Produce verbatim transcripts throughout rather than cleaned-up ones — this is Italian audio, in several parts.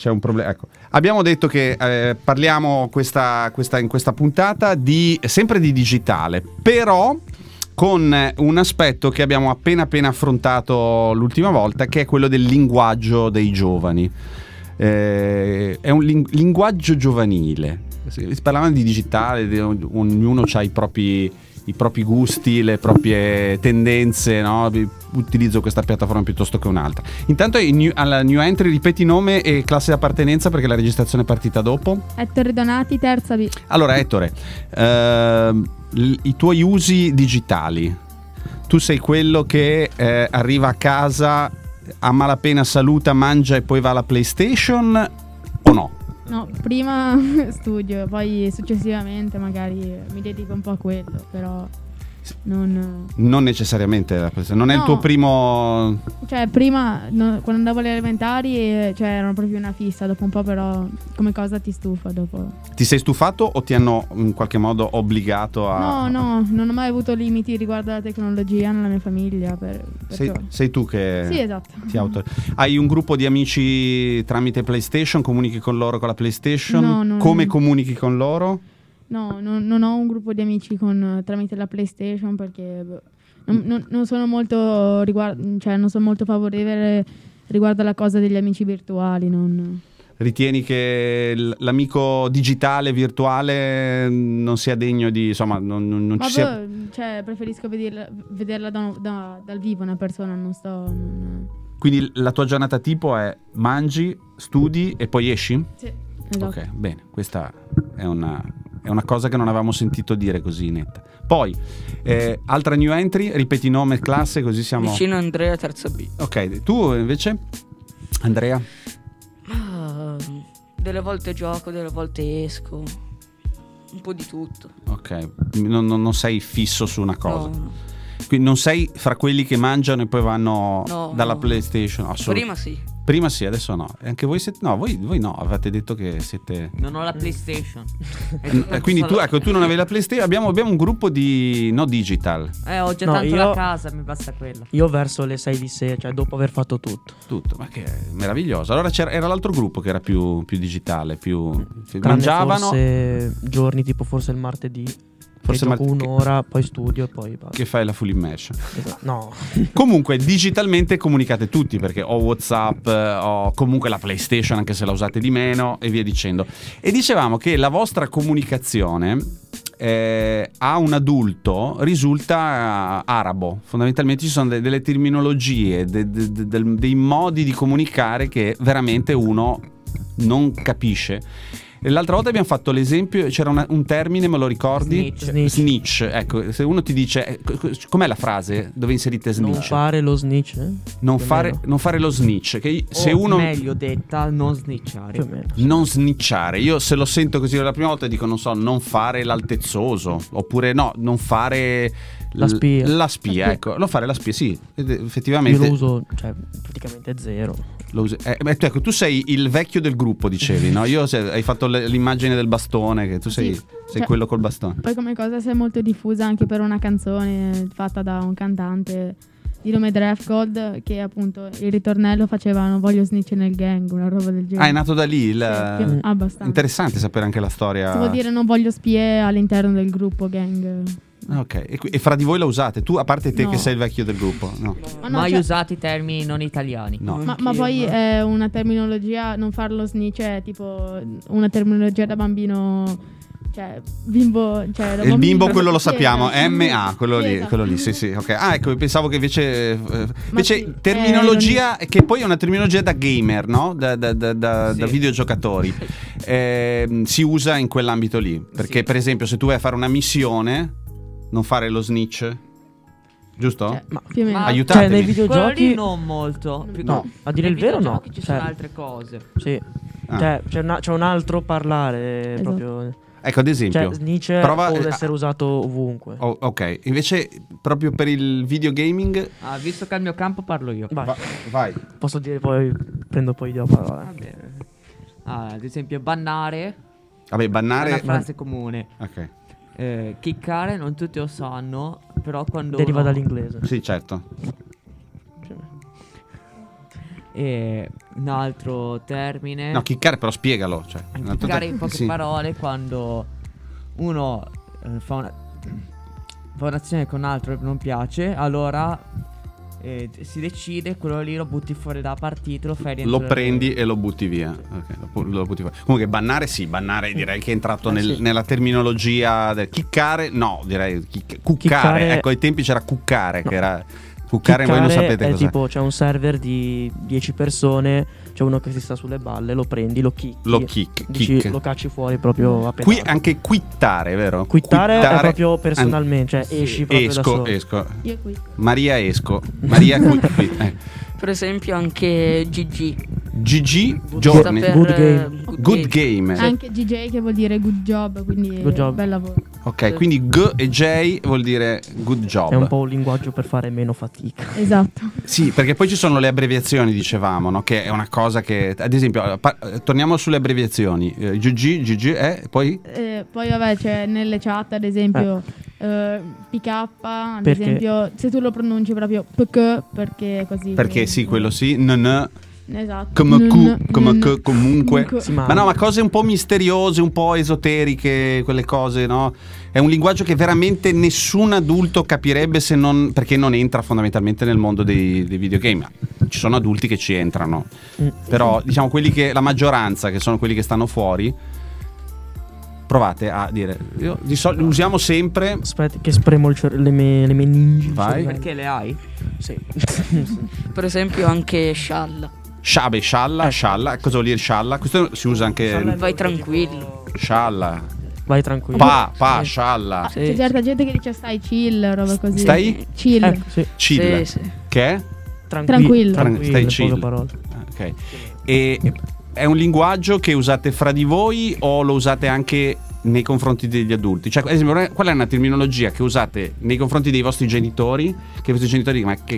c'è un problema. Ecco, abbiamo detto che eh, parliamo questa, questa, in questa puntata di sempre di digitale, però con un aspetto che abbiamo appena appena affrontato l'ultima volta, che è quello del linguaggio dei giovani. Eh, è un ling- linguaggio giovanile. Si parlava di digitale, di, ognuno ha i propri i propri gusti, le proprie tendenze, no? Utilizzo questa piattaforma piuttosto che un'altra. Intanto new, alla new entry ripeti nome e classe di appartenenza, perché la registrazione è partita dopo. Ettore Donati, terza B. Allora Ettore, eh, i tuoi usi digitali. Tu sei quello che eh, arriva a casa, a malapena saluta, mangia e poi va alla PlayStation, o no? No, prima studio, poi successivamente magari mi dedico un po' a quello, però non... Non necessariamente la PlayStation, non è no, il tuo primo... Cioè prima, no, quando andavo alle elementari, eh, cioè erano proprio una fissa, dopo un po' però come cosa ti stufa dopo. Ti sei stufato o ti hanno in qualche modo obbligato a... No, no, non ho mai avuto limiti riguardo alla tecnologia nella mia famiglia, per, sei, sei tu che... Sì, esatto. Ti auto... Hai un gruppo di amici tramite PlayStation, comunichi con loro con la PlayStation? No, no, come no. comunichi con loro? No, non, non ho un gruppo di amici con, tramite la PlayStation, perché non, non, non sono molto riguardo, cioè non sono molto favorevole riguardo alla cosa degli amici virtuali. Non... Ritieni che l'amico digitale, virtuale non sia degno di, insomma, non, non, non Ma ci sia... beh, cioè, preferisco vederla, vederla da, da, dal vivo una persona, non sto... Non... Quindi la tua giornata tipo è mangi, studi e poi esci? Sì, esatto. Ok, bene, questa è una... È una cosa che non avevamo sentito dire così netta. Poi, eh, altra new entry, ripeti nome, classe, così siamo... Vicino Andrea, terza B. Ok, tu invece? Andrea? Ah, delle volte gioco, delle volte esco. Un po' di tutto. Ok, non, non, non sei fisso su una cosa. No, no. Quindi non sei fra quelli che mangiano e poi vanno No, dalla no. PlayStation? Assolut- Prima sì. Prima sì, adesso no. E anche voi siete... No, voi, voi no, avete detto che siete... Non ho la PlayStation. Eh, quindi tu, ecco, tu non avevi la PlayStation. Abbiamo, abbiamo un gruppo di no digital. Eh, ho già No, tanto io- la casa, mi basta quella. Io verso le sei di sera, cioè dopo aver fatto tutto. Tutto, ma che meraviglioso. Allora c'era, era l'altro gruppo che era più, più digitale, più... Tranne mangiavano... forse giorni tipo forse il martedì. Forse Forse gioco mar- un'ora, poi studio e poi basta. Che fai la full immersion. Esatto. No. Comunque digitalmente comunicate tutti, perché ho WhatsApp, eh, ho comunque la PlayStation, anche se la usate di meno, e via dicendo. E dicevamo che la vostra comunicazione eh, a un adulto risulta eh, arabo. Fondamentalmente ci sono de- delle terminologie, de- de- de- del- dei modi di comunicare che veramente uno non capisce. E l'altra volta abbiamo fatto l'esempio, c'era una- un termine, me lo ricordi? Snitch. Snitch. Snitch. Ecco, se uno ti dice, eh, co- co- com'è la frase dove inserite snitch? Non fare lo snitch. eh? Non Più o fare, meno. non fare lo snitch, che se O uno meglio detta, non snitchare. Più o meno. non snitchare, io se lo sento così la prima volta dico, non so, non fare l'altezzoso, oppure no, non fare La spia. La spia, ecco, non fare la spia, sì, ed Io effettivamente lo uso, cioè, praticamente zero. lo usi- eh, beh, tu, ecco, tu sei il vecchio del gruppo, dicevi, no? Io se, hai fatto le- l'immagine del bastone, che tu sei, Sì, sei cioè- quello col bastone. Poi come cosa si è molto diffusa anche per una canzone fatta da un cantante di nome Draft Gold, che appunto il ritornello faceva "non voglio snitch nel gang", una roba del genere. Ah, è nato da lì il... Sì, più- abbastanza. Interessante sapere anche la storia. Si vuol dire "non voglio spie" all'interno del gruppo gang. Ah, ok, e, qui- e fra di voi la usate? Tu, a parte te No. che sei il vecchio del gruppo? No. Ma no, Mai cioè- usati termini non italiani. No. Ma, ma poi è una terminologia, non farlo snitch è tipo una terminologia da bambino, cioè bimbo, cioè da Il bambino- bimbo quello lo Sì, sappiamo, esatto. M A, quello Sì, lì, esatto. quello lì, sì sì, ok. Ah, ecco, pensavo che invece eh, invece sì, terminologia che poi è una terminologia da gamer, no? Da, da, da, da, Sì. da videogiocatori. Eh, si usa in quell'ambito lì, perché Sì. per esempio se tu vai a fare una missione, non fare lo snitch, giusto? Cioè, Ma- più o meno. Ma- Aiutatemi. Cioè, nei Quello videogiochi lì non molto. Più- No, a dire nei il vero no. videogiochi ci Cioè, sono altre cose. sì. Ah. Cioè, c'è, una- c'è un altro parlare Esatto. proprio. Ecco, ad esempio. Cioè, snitch prova- può eh, essere usato ovunque. oh, ok, invece proprio per il videogaming Ah, visto che è il mio campo parlo io. Vai. va- vai. Posso dire poi, prendo poi io la parola. Va bene. Ah, ad esempio bannare Vabbè, è bannare una frase comune. Ok. Eh, kickare non tutti lo sanno, però quando Deriva uno- dall'inglese. Sì, certo. E un altro termine. No, chiccare però spiegalo. Cioè, un altro Chiccare te- in poche sì. parole quando uno eh, fa, una, fa un'azione che un altro non piace, allora eh, si decide, quello lì lo butti fuori dalla partita, lo fai dentro. Lo prendi e lo butti via. Ok, lo, pu- lo butti fuori. Comunque bannare sì, bannare direi che è entrato Eh, nel- sì. nella terminologia del chiccare, no, direi chic- cuccare. Chiccare- Ecco, ai tempi c'era cuccare, No. che era cuccare, voi non Chiccare sapete è cos'è. tipo c'è un server di dieci persone, c'è uno che si sta sulle balle, lo prendi, lo kicki, Lo kick, dici- kick. lo cacci fuori proprio appena. Qui anche quittare, vero? Quittare è proprio personalmente, cioè An- esci proprio da esco, solo. esco. Io qui. Maria esco. Maria qui. qui. Eh. Per esempio anche G G. G G Good giorni. game. Good game. Good, Good game. Anche G J che vuol dire good job, quindi Good job. bel lavoro. Ok, quindi G e J vuol dire good job. È un po' un linguaggio per fare meno fatica. Esatto. Sì, perché poi ci sono le abbreviazioni, dicevamo, no? Che è una cosa che, ad esempio, pa- torniamo sulle abbreviazioni. Eh, G G, G G e poi Eh, poi vabbè c'è nelle chat ad esempio eh, P K ad Perché? esempio se tu lo pronunci proprio P K perché è così. perché sì, quello sì, N N, Esatto. come N- Q, come N- Q, comunque. comunque. Sì, Ma no, ma cose un po' misteriose, un po' esoteriche, quelle cose, no? È un linguaggio che veramente nessun adulto capirebbe se non, perché non entra fondamentalmente nel mondo dei, dei videogame. Ci sono adulti che ci entrano, Mm. però diciamo quelli che, la maggioranza, che sono quelli che stanno fuori, provate a dire, io di solito usiamo sempre, Aspetta che spremo il cer- le, me- le meningi. Vai. Perché le hai? Sì. Per esempio anche Shalla. sciabe, scialla, scialla, cosa vuol dire scialla? Questo si usa anche Vai tranquillo. scialla, Vai tranquillo. pa, pa, Sì. scialla, Ah, Sì, c'è sì. certa gente che dice stai chill, roba così. Stai? chill. Ecco, sì. chill, Sì, sì. che è? Tranquillo. Tranquillo, Stai in chill. poche parole. Ok. E è un linguaggio che usate fra di voi o lo usate anche nei confronti degli adulti? Cioè, ad esempio, qual è una terminologia che usate nei confronti dei vostri genitori? Che i vostri genitori dicono, ma che...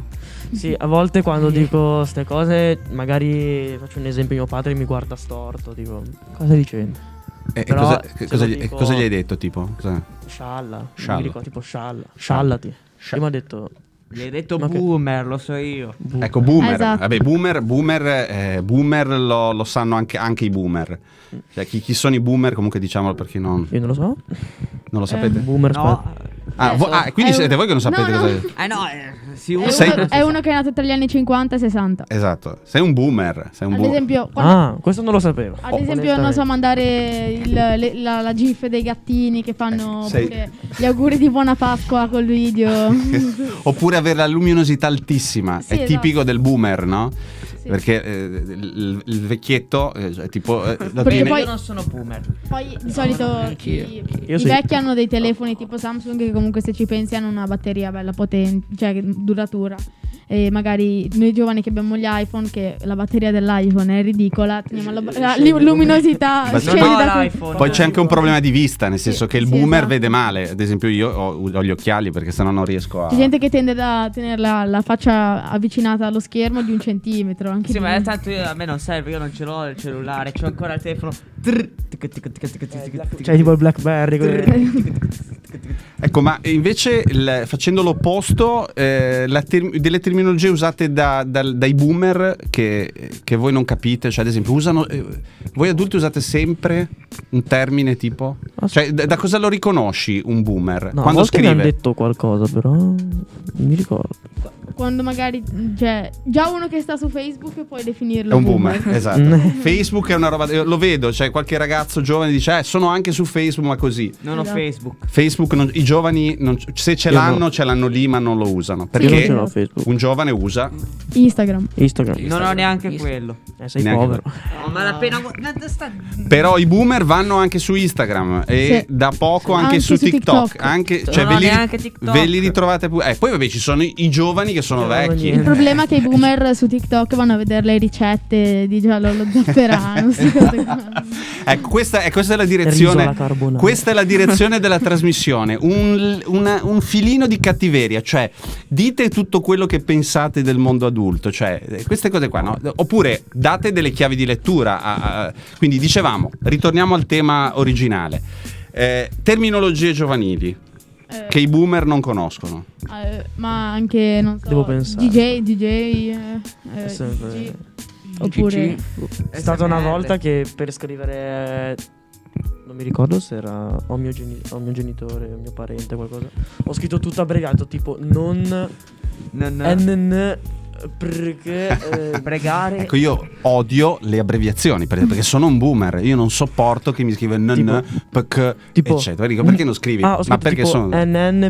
Sì, a volte quando dico queste cose, magari faccio un esempio, mio padre mi guarda storto, tipo, cosa stai dicendo? eh, Però, cosa, se cosa lo gli, dico- cosa gli hai detto, tipo? Cosa- Scialla. Scialla. Mi ricordo, tipo scialla. Sciallati. Scia- Io mi ha detto Gli hai detto Ma che- boomer, lo so io. bu- Ecco, boomer. Esatto. Vabbè, boomer, boomer, eh, boomer lo, lo sanno anche, anche i boomer. Cioè, chi, chi sono i boomer, comunque diciamolo per chi non, Io non lo so. non lo sapete. Boomer, No, aspetta. Ah, Eh, vo- so. ah, quindi È siete un- voi che non sapete no, cosa no. è. eh no, eh, si È, usa. Sei- uno, è uno che è nato tra gli anni cinquanta e sessanta. Esatto, sei un boomer. Sei un Ad boomer. esempio, quando- Ah, questo non lo sapevo. ad esempio non so, mandare il- le- la, la gif dei gattini che fanno Eh, sei- pure gli auguri di buona Pasqua col video. Oppure avere la luminosità altissima, Sì, è esatto. tipico del boomer, no? Sì. Perché eh, il, il vecchietto eh, è tipo eh, lo Perché tiene- poi- Io non sono boomer. Poi di solito anch'io. i, Io i sì. vecchi hanno dei telefoni tipo Samsung che comunque se ci pensi hanno una batteria bella potente, cioè che- duratura. E magari noi giovani che abbiamo gli iPhone, che la batteria dell'iPhone è ridicola, teniamo la, la li- luminosità Ma scende non ho da qui. l'iPhone. Poi c'è anche un problema di vista, nel senso che il sì, boomer esatto. vede male. Ad esempio io ho, ho gli occhiali perché sennò non riesco a... C'è gente che tende a tenere la, la faccia avvicinata allo schermo di un centimetro. Anche Sì, di- ma tanto io- a me non serve, io non ce l'ho il cellulare, c'ho ancora il telefono. Trrr, tic, tic, tic, tic, tic, tic, tic. C'è tipo il Blackberry. quelle- Ecco, ma invece il- facendo l'opposto, eh, la ter- delle terminologie usate da- dal- dai boomer che, che voi non capite, cioè ad esempio usano... eh, voi adulti usate sempre un termine tipo... Cioè da, da cosa lo riconosci un boomer? No, a Quando volte mi hanno scrive... detto qualcosa, però non mi ricordo. Quando magari, cioè, già uno che sta su Facebook puoi definirlo È un boomer, esatto. Mm. Facebook è una roba... io lo vedo, cioè qualche ragazzo giovane dice, eh, sono anche su Facebook, ma così. Non ho Esatto. Facebook. Facebook, non- i giovani, non- se ce Io l'hanno, no. ce l'hanno lì, ma non lo usano. Io non ce Perché l'ho Facebook. un giovane usa... Instagram. Instagram. Non ho neanche Insta- quello. Eh, sei Neanche povero. No, ma appena. guarda, sta- Però i boomer vanno anche su Instagram e Sì. da poco anche, Anche su su TikTok. TikTok. Anche, Non cioè, ho ve, li, neanche TikTok. ve li ritrovate pure. Eh, poi vabbè, ci sono i, i giovani che sono Non hanno vecchi. Il niente. problema è che i boomer su TikTok vanno a vedere le ricette di giallo allo zafferano. queste cose qua. Ecco, questa è, questa è la Riso direzione. alla carbonara. Questa è la direzione della trasmissione. Un, una- un filino di cattiveria. Cioè, dite tutto quello che pensate del mondo adulto. Cioè, eh, queste cose qua, no? Oppure date delle chiavi di lettura. a- a- quindi, dicevamo, ritorniamo al tema originale. Eh, terminologie giovanili. Eh, che i boomer non conoscono. eh, ma anche, non so, Devo pensare. D J, D J, eh, eh, sempre- G G, oppure... È stata una S M R. volta che per scrivere, non mi ricordo se era o mio, geni- o mio genitore o mio parente, qualcosa, ho scritto tutto abbreviato, tipo non Non N N perché eh, pregare. Ecco, io odio le abbreviazioni perché, perché sono un boomer. Io non sopporto che mi scrive n Tipo- n perché tipo- eccetera. Dico, perché non scrivi? Ah, ho Ma scritto perché tipo sono N N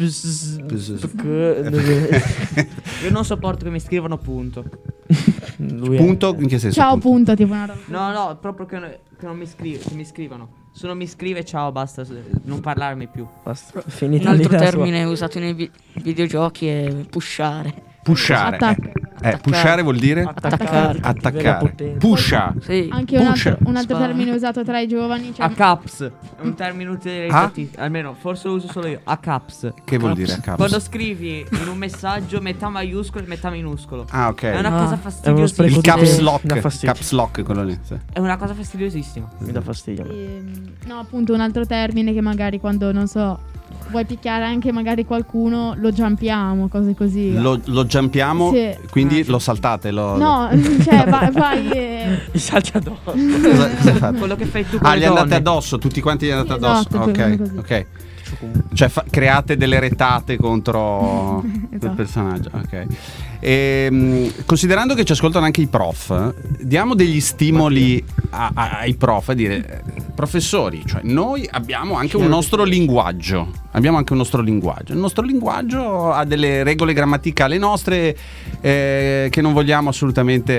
perché Io non sopporto che mi scrivano punto. lui è- punto in che senso? Ciao, punto? punto, tipo una roba. No, no, proprio che, che non mi scrive, che mi scrivano. Se non mi scrive, ciao, basta, non parlarmi più. Basta, Un finita altro l'idea sua. termine usato nei vi- videogiochi è pushare. Pushare. Attacca. Eh, eh, pushare vuol dire Attaccare. attaccare. Pusha. Sì. Anche un Pusha. altro, un altro Spara. termine usato tra i giovani, cioè, A caps è un termine utilizzativo. Almeno, forse lo uso solo io. A caps. Che vuol Quando- dire a caps? Quando scrivi in un messaggio metà maiuscolo e metà minuscolo. Ah, ok. È una Ah, cosa è uno fastidiosissima. spreco Il di- caps mi lock. dà fastidio. Caps lock, quello lì. Sì. È una cosa fastidiosissima. Mi dà fastidio. ehm, no, appunto un altro termine che magari quando, non so, vuoi picchiare anche magari qualcuno, lo giampiamo, cose così. Lo, lo jumpiamo, Sì. quindi Ah, sì. lo saltate. Lo, No, cioè vai, vai eh, I salti addosso. Cosa, cosa hai fatto? Quello che fai tu con Ah, le gli andate donne. addosso, tutti quanti gli andate Sì, addosso. esatto, più o meno ok, così. ok. Cioè fa- create delle retate contro il Esatto. personaggio. Ok. Ehm, considerando che ci ascoltano anche i prof, eh, diamo degli stimoli a- a- ai prof a dire, eh, professori, cioè noi abbiamo anche un nostro linguaggio. Abbiamo anche un nostro linguaggio. Il nostro linguaggio ha delle regole grammaticali nostre eh, che non vogliamo assolutamente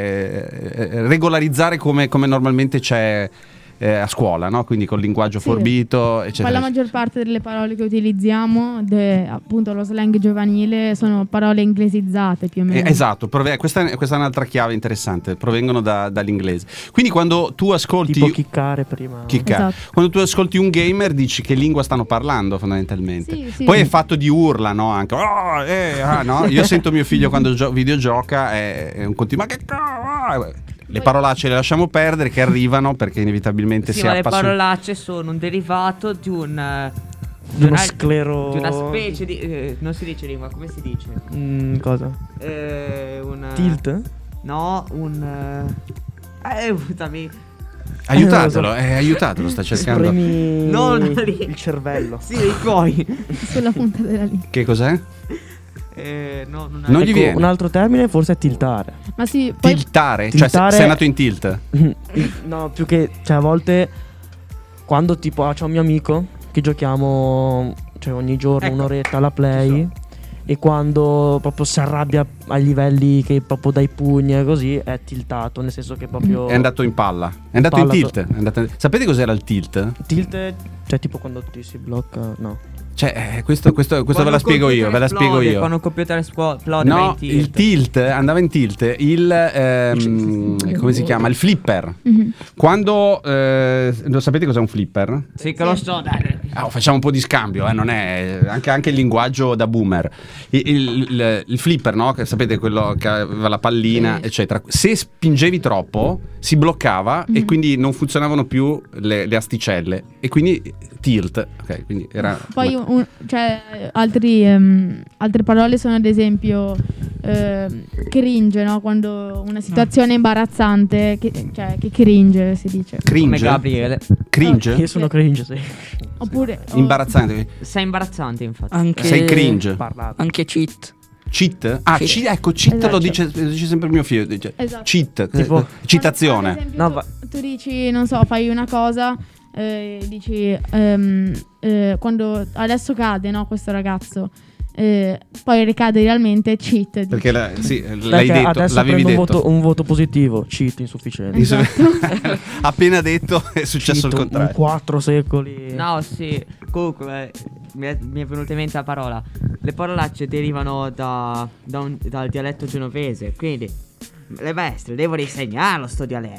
eh, regolarizzare come, come normalmente c'è eh, a scuola, no? Quindi col linguaggio Sì. forbito, Poi eccetera. la maggior parte delle parole che utilizziamo, de- appunto lo slang giovanile, sono parole inglesizzate più o meno. Eh, esatto, prove- questa, è, questa è un'altra chiave interessante, provengono da- dall'inglese. Quindi quando tu ascolti Tipo chiccare prima. chicca- Esatto. quando tu ascolti un gamer dici che lingua stanno parlando fondamentalmente. Sì, sì. Poi è fatto di urla, no? Anche "Oh, eh, ah", no? Io sento mio figlio quando gio- videogioca è, è un continuo ma che co-" le parolacce le lasciamo perdere che arrivano perché inevitabilmente Sì, si ma le appassiona. parolacce sono un derivato di un eh, Di uno una- sclero. di una specie di eh, non si dice lingua, come si dice? Mm, cosa? Eh, un Tilt? No, un eh, eh aiutami. Aiutatelo, eh, aiutatelo, sta cercando. Spremi No, no, lì. il cervello. Sì, i coi. Sulla punta della lingua. Che cos'è? Eh, no, non, Non gli Ecco, viene. un altro termine forse è tiltare. Ma sì, poi Tiltare, cioè Tiltare- se- sei nato in tilt. No, più che, cioè, a volte quando tipo ah, c'è un mio amico che giochiamo, cioè, ogni giorno Ecco, un'oretta alla play. ci so. E quando proprio si arrabbia a livelli che proprio dai pugni e così è tiltato, nel senso che proprio È andato in palla. È andato Palla, in tilt. È andato- Sapete cos'era il tilt? tilt, cioè tipo quando ti si blocca, no. Cioè, eh, questo, questo, questo ve Quando la un spiego computer io, ve la esplode, spiego io. Quando un computer esplo- esplode va No, in tilt. il tilt andava in tilt, il ehm, come si chiama? Il flipper. Mhm. Quando eh, lo sapete cos'è un flipper? Sì, che lo so, dai. Ah, facciamo un po' di scambio, eh, non è anche, anche il linguaggio da boomer. Il, il- il- il flipper, no? Che sapete quello che aveva la pallina, Sì. eccetera. Se spingevi troppo, si bloccava e Mhm. quindi non funzionavano più le, le asticelle e quindi tilt. Ok, quindi era Poi un- cioè, altri, ehm, altre parole sono ad esempio ehm, cringe, no? Quando una situazione imbarazzante, che, cioè che cringe si dice. Come cringe. Gabriele. Cringe? Io sono cringe, sì. Oppure oh, Imbarazzante. Sei imbarazzante, infatti. Anche, Sei cringe. Parlato. Anche cheat. Cheat? Ah, Sì. ci- ecco, cheat Esatto. lo, dice, lo dice sempre mio figlio. Dice Esatto. cheat, Tipo- eh, citazione. Ad esempio, No, tu, va- tu dici, non so, fai una cosa, eh, dici ehm, eh, quando adesso cade, no, questo ragazzo, eh, poi ricade realmente, cheat. dici. Perché la- sì, l'hai Perché detto, adesso l'avevi prendo un detto. voto, un voto positivo, cheat insufficiente. Esatto. Appena detto è successo Cheat, il un contrario. quattro secoli. No, sì. Comunque, eh, mi è, mi è venuta in mente la parola. Le parolacce derivano da, da un- dal dialetto genovese. Quindi, le bestie, devo risegnarlo sto dialetto.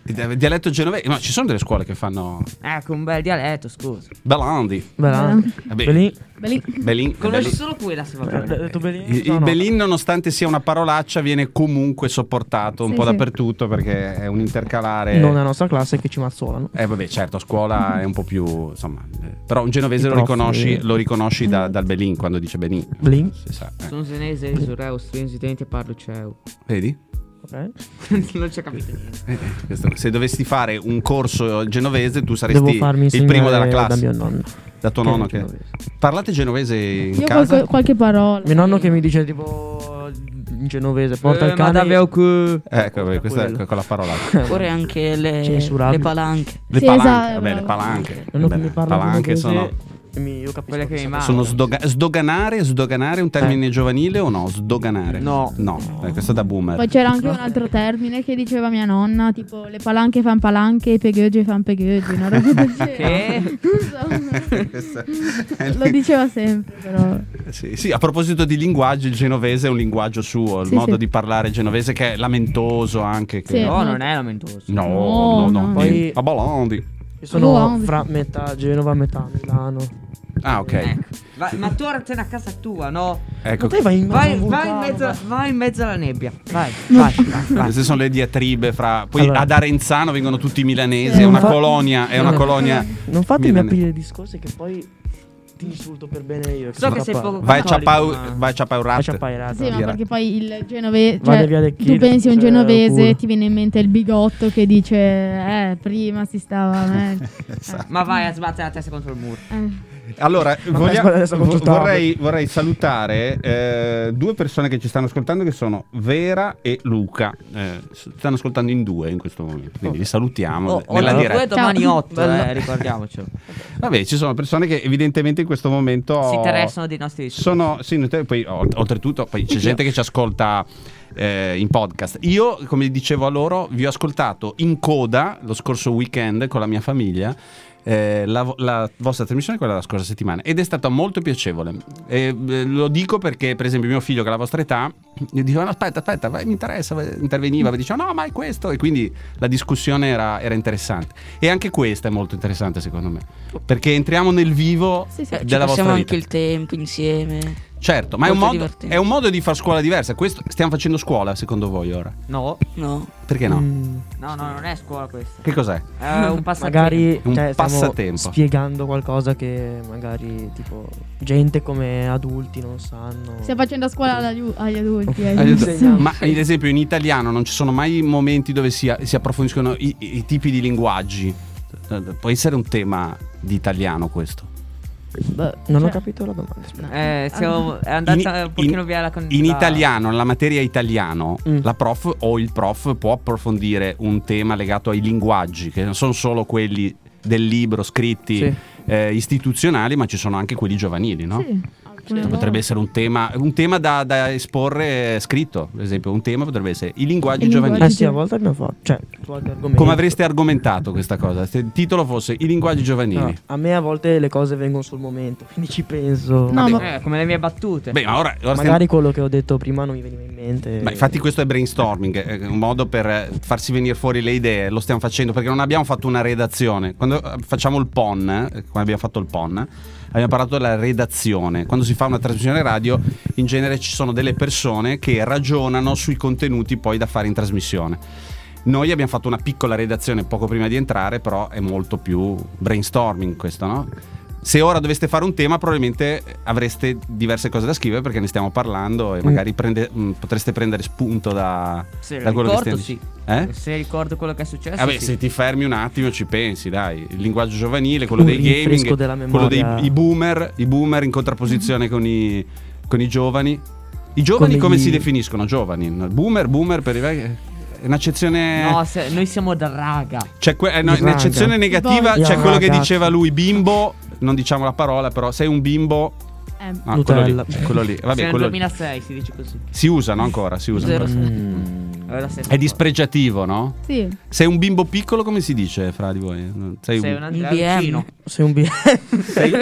Il dialetto genovese, ma ci sono delle scuole che fanno Ecco, un bel dialetto, scusa. Belandi. Bella. Vabbè, Belin. Belin. Belin, Conosci Belin. solo quella si va Eh, bene. detto Belin? Il, No, il no. Belin, nonostante sia una parolaccia, viene comunque sopportato un Sì, po' sì. dappertutto perché è un intercalare. Non è la nostra classe che ci mazzolano. Eh vabbè, certo, a scuola è un po' più, insomma, eh, però un genovese I lo prof, riconosci, eh. lo riconosci da- dal Belin quando dice Belin. Belin. Si sa, eh. Sono senese, sureu, strinzitente, parlo ceu. Vedi? Ok. Non ci ho capito niente. Eh, eh, questo- se dovessi fare un corso genovese tu saresti Devo farmi il primo della insegnare da classe. mio nonno. Da tuo Che è nonno che... genovese. Parlate genovese in Io casa? qualche, qualche parola. Mio nonno che mi dice tipo in genovese, porta Eh, il cane. ma davvero che... Ecco, vabbè, questa è quello. quella parola. Oppure anche le, Censurabile. le palanche. Le Sì, palanche, esatto, vabbè, le bravo. palanche. Nonno che Vabbè, mi parla palanche genovese sono... e mi, io capisco Quelle che cosa mi sta mandano. Sono sdoga- sdoganare, sdoganare è un termine giovanile o no? Sdoganare. No. No, eh, questo è da boomer. Poi c'era anche un altro termine che diceva mia nonna, tipo le palanche fan palanche, i pegoggi fan pegoggi, una roba del genere. Che? Non so. Questo è- Lo diceva sempre, però. Sì, sì, a proposito di linguaggi, il genovese è un linguaggio suo, il Sì, modo sì. di parlare genovese che è lamentoso anche. Che... Sì. No, non è lamentoso. No, No, no, no. no. Poi- A Balandi. Io sono Wow. fra metà Genova, metà Milano. Ah, ok. Ecco. Va- ma tornatene a casa tua, no? Ecco, Ma te vai in mezzo Vai, a un vai, in vulcano, mezzo, vai. vai in mezzo alla nebbia. Vai, vai, vai, vai. queste sono le diatribe fra... Poi Allora. ad Arenzano vengono tutti milanesi, Eh, è una fa- colonia, è una Eh. colonia... Non fatemi Milane- aprire discorsi che poi ti insulto per bene io. So che sono sei capace. poco Vai a cattolico, Ciapau, ma- vai a Ciapaurat. Vai a Ciapairat. Sì, ma Dirà. perché poi il genovese, Vale cioè, via del tu Chilo, pensi a un cioè, genovese, culo. ti viene in mente il bigotto che dice, eh, prima si stava meglio. Esatto. Ma vai a sbattere la testa contro il muro. Eh. Allora, Ma voglia- aspetta, adesso vo- consultavo. vorrei, vorrei salutare eh, due persone che ci stanno ascoltando che sono Vera e Luca. Eh, s- stanno ascoltando in due in questo momento, quindi li salutiamo Oh, nella oggi diretta. due, domani Ciao. otto, Bella. eh, ricordiamocelo. Vabbè, ci sono persone che evidentemente in questo momento Si interessano dei nostri discorsi. sono sì, note- poi ol- oltretutto poi c'è gente che ci ascolta eh, in podcast. Io, come dicevo a loro, vi ho ascoltato in coda lo scorso weekend con la mia famiglia. eh, la, vo- la vostra trasmissione, quella della scorsa settimana, ed è stata molto piacevole. E, eh, lo dico perché, per esempio, mio figlio che ha la vostra età gli diceva: no, aspetta, aspetta, vai, mi interessa, vai", interveniva, mi diceva: no, ma è questo, e quindi la discussione era, era interessante. E anche questa è molto interessante, secondo me, perché entriamo nel vivo Sì, sì. Eh, ci della passiamo vostra anche vita. il tempo insieme. Certo, ma è un, Molto modo, divertente. è un modo di far scuola diversa. Questo, stiamo facendo scuola secondo voi ora? No, No. Perché no? Mm, no, no, non è scuola questa. Che cos'è? È un passatempo. magari Un cioè, stiamo passatempo. spiegando qualcosa che magari tipo gente come adulti non sanno. Stiamo facendo a scuola agli, agli adulti. eh, Aiuto. giusto? Ma ad esempio in italiano non ci sono mai momenti dove si, si approfondiscono i, i tipi di linguaggi. Può essere un tema di italiano questo. Beh, non ho Cioè- capito la domanda. aspetta. Eh, siamo, è andata In- un pochino in- via la con- In la- italiano, nella materia italiano, Mm. la prof o il prof può approfondire un tema legato ai linguaggi, che non sono solo quelli del libro scritti Sì. eh, istituzionali, ma ci sono anche quelli giovanili, no? Sì, alcune Potrebbe volte. essere un tema, un tema da, da esporre scritto, per esempio, un tema potrebbe essere i linguaggi I giovanili. linguaggi Eh sì, a volte abbiamo fatto. Cioè, qualche argomento. Come avreste argomentato questa cosa? Se il titolo fosse i linguaggi giovanili. No, a me a volte le cose vengono sul momento, quindi ci penso. No, ma- Eh, come le mie battute. Beh, ma ora, ora stiamo- Magari quello che ho detto prima non mi veniva in mente. Ma infatti questo è brainstorming, è un modo per eh, farsi venire fuori le idee, lo stiamo facendo perché non abbiamo fatto una redazione. Quando eh, facciamo il P O N, eh, quando abbiamo fatto il P O N, abbiamo parlato della redazione. Quando si fa una trasmissione radio, in genere ci sono delle persone che ragionano sui contenuti poi da fare in trasmissione. Noi abbiamo fatto una piccola redazione poco prima di entrare, però è molto più brainstorming questo, no? Se ora doveste fare un tema, probabilmente avreste diverse cose da scrivere perché ne stiamo parlando e magari prende- mh, potreste prendere spunto da, Se da lo quello che ricordo, stiamo sì. Eh? Se ricordo quello che è successo, Vabbè, sì. se ti fermi un attimo ci pensi, dai. Il linguaggio giovanile, quello Un dei rinfresco gaming, della quello dei memoria. i boomer, i boomer in contrapposizione con i, con i giovani. I giovani Con come gli- si definiscono? Giovani? Boomer, boomer per i vecchi? È un'accezione... No, se- noi siamo da raga. C'è que- eh, no, Raga. un'accezione negativa, Tipo- c'è quello che Ragazzi. diceva lui, bimbo, non diciamo la parola, però sei un bimbo... Eh, Ah, quello Nutella. lì, quello lì. Vabbè, Siamo nel quello duemilasei, si dice così. si usano ancora, si usano Zero. ancora. Mm. È la stessa È cosa. dispregiativo, no? sì. Sei un bimbo piccolo, come si dice fra di voi? Sei Sei un... un Andrea B M. vicino. Sei un B Sei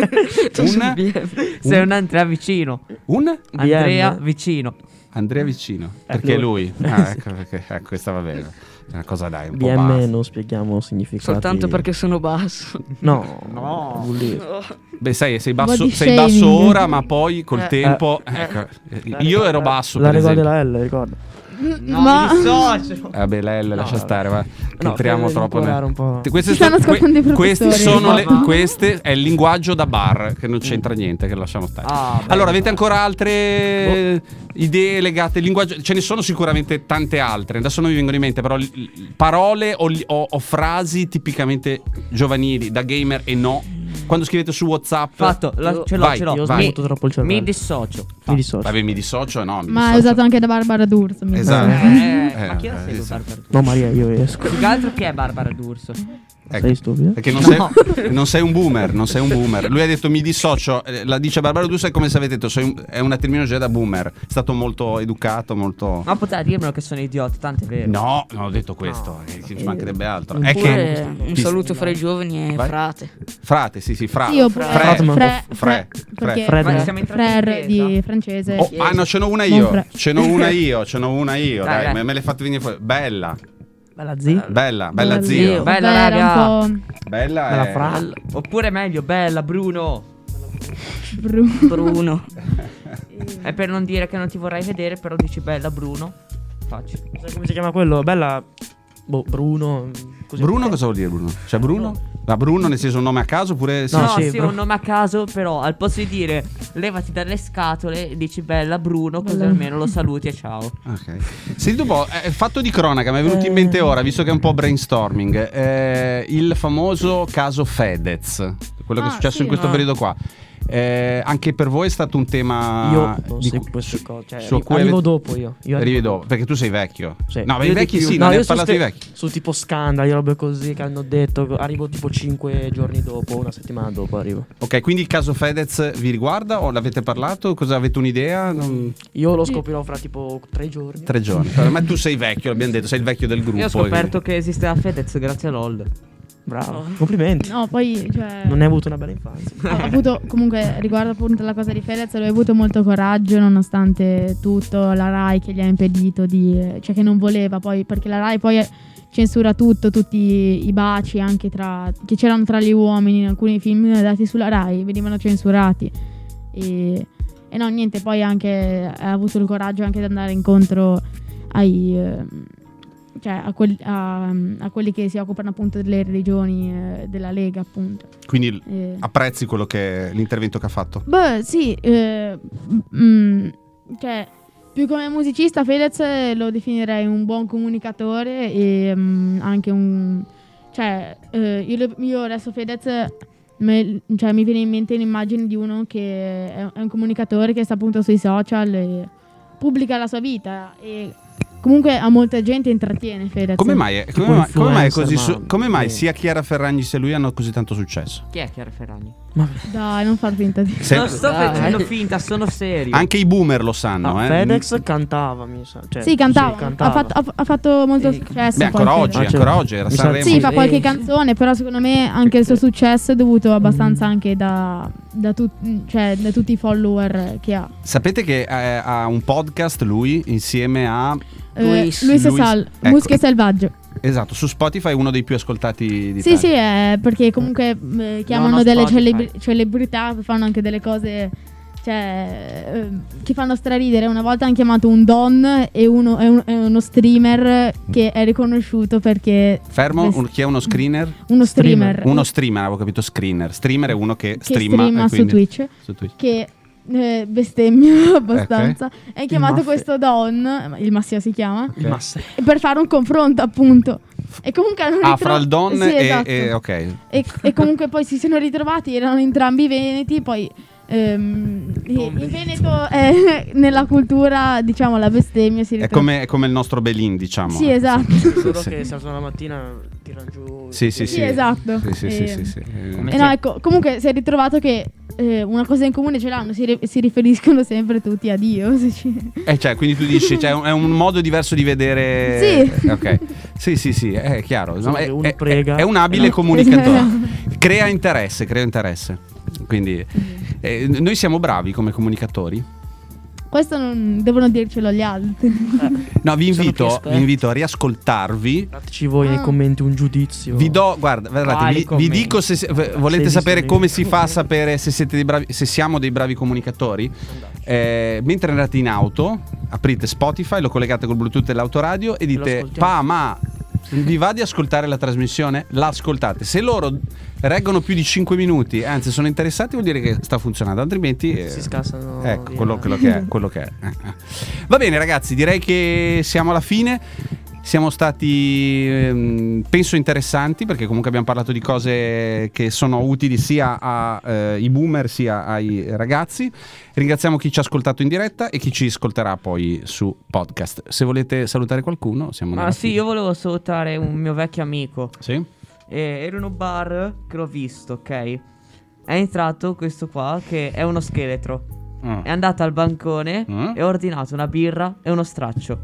un... Sei un Andrea vicino. un... Andrea B M. vicino. Andrea vicino, Eh, perché lui. lui, ah, ecco, perché, ecco, questa va bene. Una cosa dai, un B po' M basta. non spieghiamo significati. Soltanto perché sono basso. No, No. vuol dire- Beh, sai, sei basso, Body sei basso shaming. ora, ma poi col Eh, tempo. eh, ecco, La io regola- ero basso. La per regola esempio. della L, ricorda. No, Ma- mi dissocio. Vabbè, lei No, lascia vabbè. stare, va. No, Entriamo per troppo. inquadrare nel- un po'. Te- Queste, Si stanno que- scappando i questi professori. sono le, Ma- queste è il linguaggio da bar che non c'entra niente, che lasciamo stare. Ah, beh, allora, avete beh. ancora altre idee legate al linguaggio? Ce ne sono sicuramente tante altre. Adesso non mi vengono in mente, però l- l- parole o, li- o- o frasi tipicamente giovanili da gamer e no. Quando scrivete su WhatsApp, Fatto, la- Io- ce l'ho, vai, ce l'ho. Io ho vai. smuto troppo il cervello. Mi dissocio. Mi dissocio. vabbè, mi dissocio, no. Mi Ma è dissocio. usato anche da Barbara D'Urso. mi Esatto. pare. Eh, Eh, ma chi la eh, segue esatto. Barbara D'Urso? No, Maria, io esco. Più che altro chi è Barbara D'Urso? Ecco. Sei stupido? Perché non, No. sei, non sei un boomer, non sei un boomer. Lui ha detto mi dissocio, eh, la dice Barbara D'Urso, è come se avete detto sei un- è una terminologia da boomer. È stato molto educato, molto. Ma poteva dirmelo che sono idiota, tanto è vero. No, non ho detto questo, No. che ci mancherebbe altro. Un È po' che Oppure un ti- saluto fra i giovani e Vai. frate. frate, sì, sì, frate. Sì, oppure Fre- Fratman. Fre- Fre- Fre- perché Fred. Ma siamo entrati in Frère chiesa? di francese. Oh, ah no, ce n'ho una Non io. fre- Ce n'ho una io, ce n'ho una io. Dai, Dai, dai. me, me le fate venire fuori. Bella, Bella zia. bella, bella Bella zio. zio. Bella, Vabbè, era raga. un Bella Bella è- fra. Oppure meglio, bella Bruno. po' bru- Bruno. È per non dire che non ti vorrei vedere, però dici bella Bruno. Facile. Sai come si chiama quello? Bella. Boh, Bruno. Così. Bruno cosa vuol dire Bruno? Cioè Bruno? Ma Bruno nel senso un nome a caso oppure sì? No, No, sì, sì, è bro. un nome a caso, però al posto di dire levati dalle scatole, dici bella Bruno, così Bella. almeno lo saluti e ciao. Ok. Senti un po', eh, fatto di cronaca, mi è venuto in mente ora, visto che è un po' brainstorming, eh, il famoso caso Fedez, quello che è Ah, successo sì. in questo Ah. periodo qua. Eh, anche per voi è stato un tema Io non di seguo cui- queste su- cose. Cioè, su arri- cui arrivo avete- dopo io. io Arrivi arrivo dopo, perché tu sei vecchio. Sì. No, ma Io i di vecchi più. sì, No, non ne io hai su parlato di ste- vecchi. Su tipo scandali, robe così che hanno detto. Arrivo tipo cinque giorni dopo, una settimana dopo arrivo. Ok, quindi il caso Fedez vi riguarda o l'avete parlato? Cosa avete un'idea? Non- Io lo scoprirò fra tipo tre giorni. Tre giorni. Ma tu sei vecchio, l'abbiamo detto, sei il vecchio del gruppo. Io ho scoperto che esisteva Fedez grazie a LOL. Bravo. Complimenti. No, poi cioè, Non hai avuto una bella infanzia. ho avuto comunque riguardo appunto la cosa di Fedez, lui ha avuto molto coraggio nonostante tutto, la Rai che gli ha impedito di, cioè che non voleva poi, perché la Rai poi censura tutto, tutti i baci anche tra che c'erano tra gli uomini in alcuni film dati sulla Rai venivano censurati e, e no niente, poi anche ha avuto il coraggio anche di andare incontro ai ehm, cioè a, quel- a- a quelli che si occupano appunto delle religioni eh, della Lega appunto. Quindi Eh, apprezzi quello che l'intervento che ha fatto. Beh, sì, eh, mm, cioè, più come musicista Fedez lo definirei un buon comunicatore e mm, anche un... Cioè, eh, io, lo- io adesso Fedez, me- cioè, mi viene in mente l'immagine di uno che è, è un comunicatore che sta appunto sui social e pubblica la sua vita e comunque a molta gente intrattiene Fedez. Come mai, è- come Tipo mai, come mai è così influencer, su- ma- come mai sì. sia Chiara Ferragni sia lui hanno così tanto successo? Chi è Chiara Ferragni? Dai, non far finta di... Se- non sto Dai. facendo finta, sono serio. Anche i boomer lo sanno, No, eh. Fedex cantava, mi sa. Cioè, Sì, cantava. cantava. Ha, fatto, ha, ha fatto molto Sì, successo. Beh, poi ancora Fedez. oggi, Ah, ancora cioè, oggi era mi sa- Sanremo. Sì, fa Sì. qualche canzone, però secondo me anche il suo successo è dovuto abbastanza anche da, da, tut- cioè, da tutti i follower che ha. Sapete che eh, ha un podcast lui insieme a Eh, Luis. Luis Luis, Sal, ecco. Musica Selvaggio. esatto, su Spotify è uno dei più ascoltati d'Italia. Sì, sì, è perché comunque eh, chiamano ho delle Spotify. celebri- celebrità, fanno anche delle cose cioè eh, che fanno straridere. Una volta hanno chiamato un don e uno è, un- è uno streamer che è riconosciuto perché Fermo, vest- un- chi è uno screener? uno streamer, Uno streamer, avevo capito screener. Streamer è uno che, che streama, streama e su quindi- Twitch su Twitch. che eh, bestemmia abbastanza. È chiamato Maffe. questo Don, il Massia si chiama, Il Masse. per fare un confronto appunto. E comunque hanno Ah, ritro- fra il Don Sì, e, esatto. e- ok. E, e comunque poi si sono ritrovati, erano entrambi veneti, poi ehm, e- in Veneto è nella cultura, diciamo, la bestemmia si È ritrova. come, è come il nostro Belin, diciamo. Sì, esatto. Solo Sì. che si alzano la mattina tirano giù. Sì, sì, Sì, sì. esatto. Sì, sì, sì, E- sì, sì. Eh, Come E no, ecco, comunque si è ritrovato che eh, una cosa in comune ce l'hanno, si, ri- si riferiscono sempre tutti a Dio. se ci- Eh, cioè, quindi tu dici, cioè, è un- è un modo diverso di vedere. Sì. Ok. Sì, sì, sì, è chiaro. Solo è, che uno è- prega. è un abile Eh, comunicatore. Crea interesse, crea interesse. Quindi eh, noi siamo bravi come comunicatori. Questo non devono dircelo gli altri. No, vi Sono più invito, esperti. vi invito a riascoltarvi. Dateci voi nei Ah. commenti un giudizio. Vi do, guarda, guardate, Quali vi, vi commenti? dico se, se- v- volete Se sapere esistono come i- si fa a sapere se siete dei bravi, se siamo dei bravi comunicatori. Eh, mentre andate in auto, aprite Spotify, lo collegate col Bluetooth dell'autoradio e lo dite: ascoltiamo. "Pa, ma vi va di ascoltare la trasmissione?" L'ascoltate. Se loro reggono più di cinque minuti, anzi sono interessati, vuol dire che sta funzionando, altrimenti eh, Si scassano. ecco via. quello, quello che è, quello che è. Eh, eh. Va bene ragazzi, direi che siamo alla fine. Siamo stati ehm, penso interessanti, perché comunque abbiamo parlato di cose che sono utili sia ai boomer sia ai ragazzi. Ringraziamo chi ci ha ascoltato in diretta e chi ci ascolterà poi su podcast. Se volete salutare qualcuno, siamo Ma nella sì, fine. io volevo salutare un mio vecchio amico. Sì? E era in un bar che l'ho visto, ok? È entrato questo qua che è uno scheletro. Ah. È andato al bancone Mm. e ha ordinato una birra e uno straccio.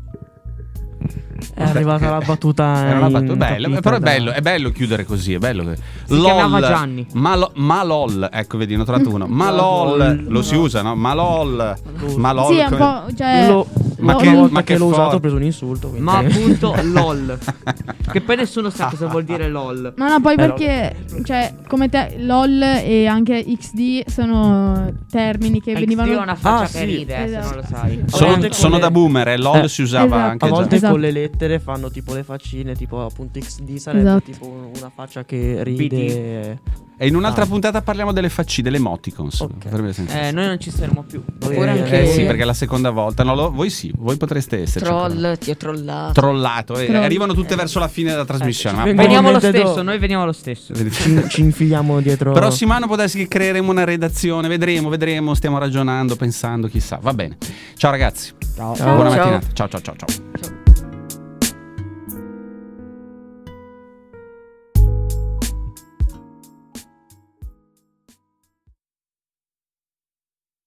È arrivata la battuta. Era una in battuta bella, capita però è da- bello, è bello chiudere così, è bello. che- Si chiamava Gianni. Ma, lo- ma lol, ecco vedi, ne ho trovato uno. Ma Ma lol, lol. lo si usa, no? Ma lol, ma lol. Sì, è un come- po'. Cioè, Io lo- Ma ma che- che, volta ma che che l'ho usato forte. ho preso un insulto. quindi- Ma appunto LOL. Che poi nessuno sa cosa vuol dire LOL. Ma no, poi Eh, perché, cioè, come te, LOL e anche X D sono termini che X D venivano. è una faccia Ah, che sì. ride, eh, se non lo Esatto, sai. sì. Sono, volte sono con da le- boomer, eh, LOL Eh, si usava esatto. anche A già. volte Esatto. con le lettere fanno tipo le faccine, tipo appunto X D sarebbe Esatto. tipo un- una faccia che ride. E in un'altra Ah. puntata parliamo delle faccine, delle emoticons. Ok. Potrebbe senso. Eh, noi non ci saremo più. Oppure Eh, anche Eh sì, perché è la seconda volta. No, lo- voi sì, voi potreste esserci. ancora. troll, ti ho trollato. Trollato. eh, Troll. Arrivano tutte verso la fine della trasmissione. ma vengono- poi- Veniamo lo Mente stesso, do- noi veniamo lo stesso. Ci, ci infiliamo dietro. Prossimo anno può darsi che creeremo una redazione. Vedremo, vedremo. Stiamo ragionando, pensando, chissà. Va bene. Ciao ragazzi. Ciao. Ciao. Buona Ciao. mattinata. Ciao ciao ciao ciao. Ciao.